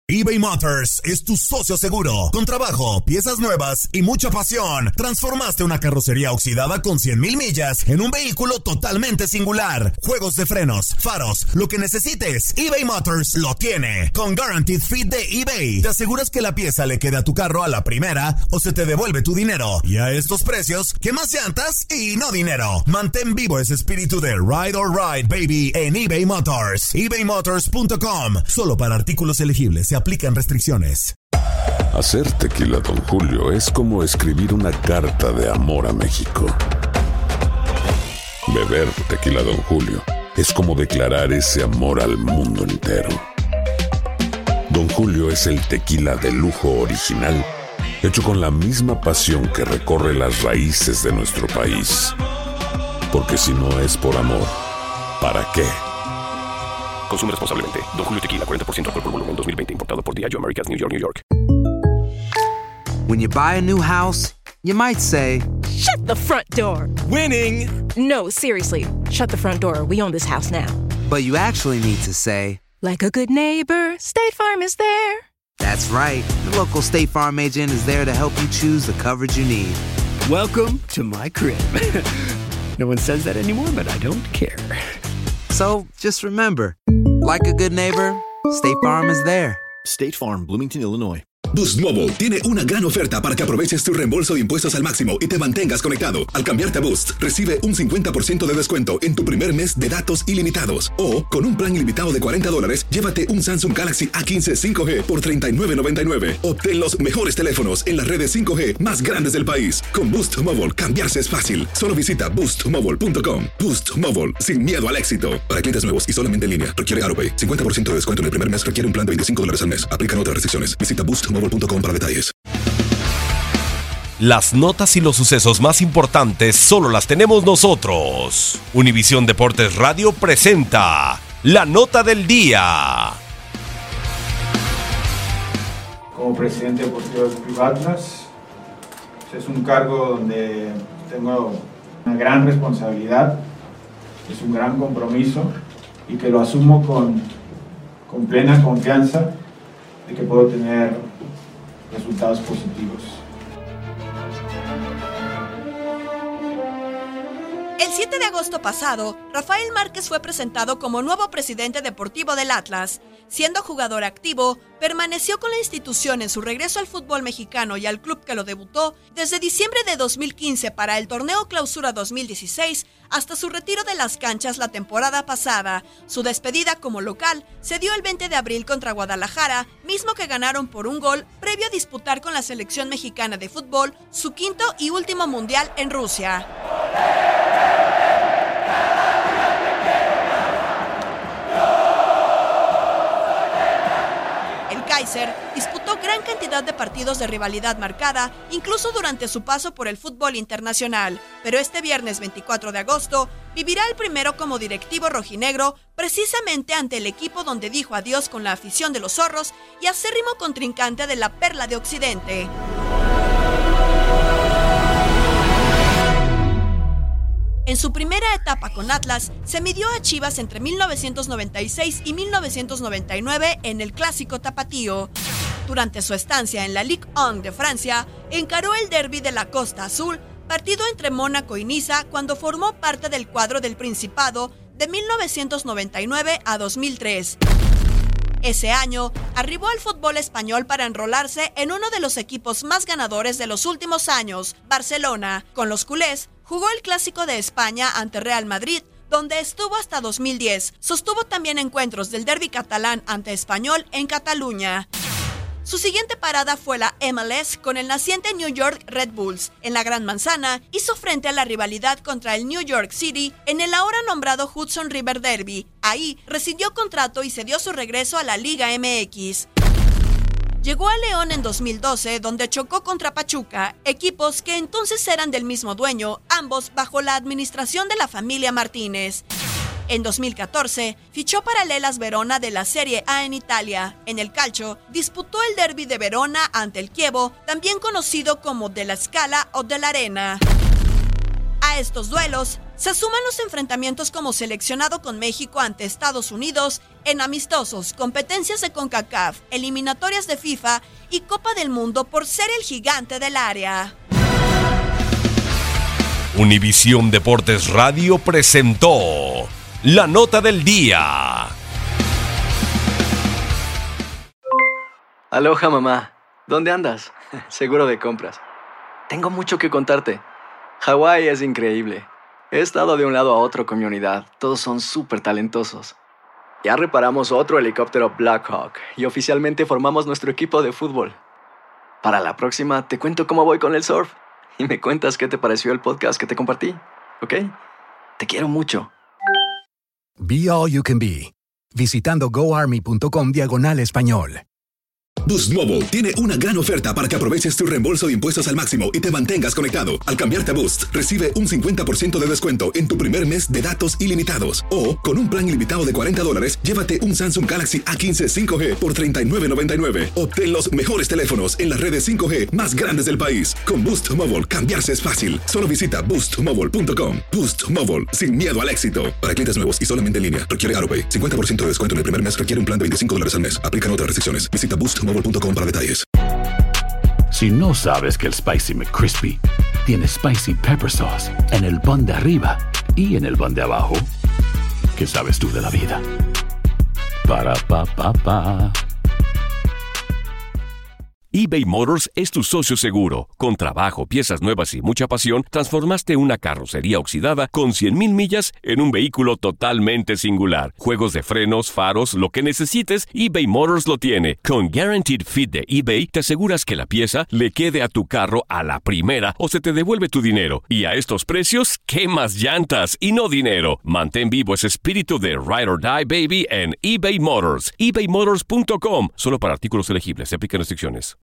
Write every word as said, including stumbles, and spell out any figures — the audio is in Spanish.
eBay Motors es tu socio seguro. Con trabajo, piezas nuevas y mucha pasión, transformaste una carrocería oxidada con cien mil millas en un vehículo totalmente singular. Juegos de frenos, faros, lo que necesites, eBay Motors lo tiene. Con Guaranteed Fit de eBay, te aseguras que la pieza le quede a tu carro a la primera o se te devuelve tu dinero. Y a estos precios, ¿qué más llantas y no dinero? Mantén vivo ese espíritu de Ride or Ride, baby, en eBay Motors. ebay motors punto com. Solo para artículos elegibles se aplican restricciones. Hacer tequila Don Julio es como escribir una carta de amor a México. Beber tequila Don Julio es como declarar ese amor al mundo entero. Don Julio es el tequila de lujo original, hecho con la misma pasión que recorre las raíces de nuestro país. Porque si no es por amor, ¿para qué? Consume responsablemente. Don Julio Tequila, cuarenta por ciento alcohol por volumen, dos mil veinte. Importado por Diageo Americas, New York, New York. When you buy a new house, you might say, "Shut the front door." Winning! No, seriously. Shut the front door. We own this house now. But you actually need to say, like a good neighbor, State Farm is there. That's right. The local State Farm agent is there to help you choose the coverage you need. Welcome to my crib. No one says that anymore, but I don't care. So, just remember, like a good neighbor, State Farm is there. State Farm, Bloomington, Illinois. Boost Mobile tiene una gran oferta para que aproveches tu reembolso de impuestos al máximo y te mantengas conectado. Al cambiarte a Boost, recibe un cincuenta por ciento de descuento en tu primer mes de datos ilimitados. O, con un plan ilimitado de cuarenta dólares, llévate un Samsung Galaxy A quince cinco G por treinta y nueve noventa y nueve. Obtén los mejores teléfonos en las redes cinco G más grandes del país. Con Boost Mobile, cambiarse es fácil. Solo visita boost mobile punto com. Boost Mobile, sin miedo al éxito. Para clientes nuevos y solamente en línea, requiere AutoPay. cincuenta por ciento de descuento en el primer mes, requiere un plan de veinticinco dólares al mes. Aplican otras restricciones. Visita boost mobile punto com para detalles. Las notas y los sucesos más importantes solo las tenemos nosotros. Univisión Deportes Radio presenta La Nota del Día. Como presidente deportivo del Club Atlas, es un cargo donde tengo una gran responsabilidad, es un gran compromiso y que lo asumo con, con plena confianza de que puedo tener resultados positivos. El siete de agosto pasado, Rafael Márquez fue presentado como nuevo presidente deportivo del Atlas. Siendo jugador activo, permaneció con la institución en su regreso al fútbol mexicano y al club que lo debutó desde diciembre de dos mil quince para el torneo Clausura dos mil dieciséis hasta su retiro de las canchas la temporada pasada. Su despedida como local se dio el veinte de abril contra Guadalajara, mismo que ganaron por un gol previo a disputar con la selección mexicana de fútbol su quinto y último mundial en Rusia. Kaiser disputó gran cantidad de partidos de rivalidad marcada, incluso durante su paso por el fútbol internacional, pero este viernes veinticuatro de agosto vivirá el primero como directivo rojinegro, precisamente ante el equipo donde dijo adiós con la afición de los zorros y acérrimo contrincante de la Perla de Occidente. En su primera etapa con Atlas, se midió a Chivas entre mil novecientos noventa y seis y mil novecientos noventa y nueve en el Clásico Tapatío. Durante su estancia en la Ligue uno de Francia, encaró el derbi de la Costa Azul, partido entre Mónaco y Niza, cuando formó parte del cuadro del Principado de mil novecientos noventa y nueve a dos mil tres. Ese año, arribó al fútbol español para enrolarse en uno de los equipos más ganadores de los últimos años, Barcelona. Con los culés, jugó el Clásico de España ante Real Madrid, donde estuvo hasta dos mil diez. Sostuvo también encuentros del derbi catalán ante Español en Cataluña. Su siguiente parada fue la M L S con el naciente New York Red Bulls. En la Gran Manzana, hizo frente a la rivalidad contra el New York City en el ahora nombrado Hudson River Derby. Ahí rescindió contrato y se dio su regreso a la Liga M X. Llegó a León en dos mil doce, donde chocó contra Pachuca, equipos que entonces eran del mismo dueño, ambos bajo la administración de la familia Martínez. En dos mil catorce, fichó para el Hellas Verona de la Serie A en Italia. En el calcio, disputó el derbi de Verona ante el Chievo, también conocido como de la Scala o de la Arena. A estos duelos Se suman los enfrentamientos como seleccionado con México ante Estados Unidos en amistosos, competencias de CONCACAF, eliminatorias de FIFA y Copa del Mundo por ser el gigante del área. Univisión Deportes Radio presentó la nota del día. Aloha, mamá. ¿Dónde andas? Seguro de compras. Tengo mucho que contarte. Hawái es increíble. He estado de un lado a otro con mi unidad. Todos son súper talentosos. Ya reparamos otro helicóptero Blackhawk y oficialmente formamos nuestro equipo de fútbol. Para la próxima te cuento cómo voy con el surf y me cuentas qué te pareció el podcast que te compartí, ¿ok? Te quiero mucho. Be All You Can Be, visitando goarmy.com diagonal español. Boost Mobile tiene una gran oferta para que aproveches tu reembolso de impuestos al máximo y te mantengas conectado. Al cambiarte a Boost, recibe un cincuenta por ciento de descuento en tu primer mes de datos ilimitados. O, con un plan ilimitado de cuarenta dólares, llévate un Samsung Galaxy A quince cinco G por treinta y nueve noventa y nueve. Obtén los mejores teléfonos en las redes cinco G más grandes del país. Con Boost Mobile, cambiarse es fácil. Solo visita boost mobile punto com. Boost Mobile, sin miedo al éxito. Para clientes nuevos y solamente en línea, requiere AutoPay. cincuenta por ciento de descuento en el primer mes requiere un plan de veinticinco dólares al mes. Aplican otras restricciones. Visita boost mobile punto com para detalles. Si no sabes que el Spicy McCrispy tiene Spicy Pepper Sauce en el pan de arriba y en el pan de abajo, ¿qué sabes tú de la vida? Para, pa, pa, pa. eBay Motors es tu socio seguro. Con trabajo, piezas nuevas y mucha pasión, transformaste una carrocería oxidada con cien mil millas en un vehículo totalmente singular. Juegos de frenos, faros, lo que necesites, eBay Motors lo tiene. Con Guaranteed Fit de eBay, te aseguras que la pieza le quede a tu carro a la primera o se te devuelve tu dinero. Y a estos precios, ¿qué más llantas y no dinero? Mantén vivo ese espíritu de Ride or Die, baby, en eBay Motors. ebay motors punto com. Solo para artículos elegibles. Se aplican restricciones.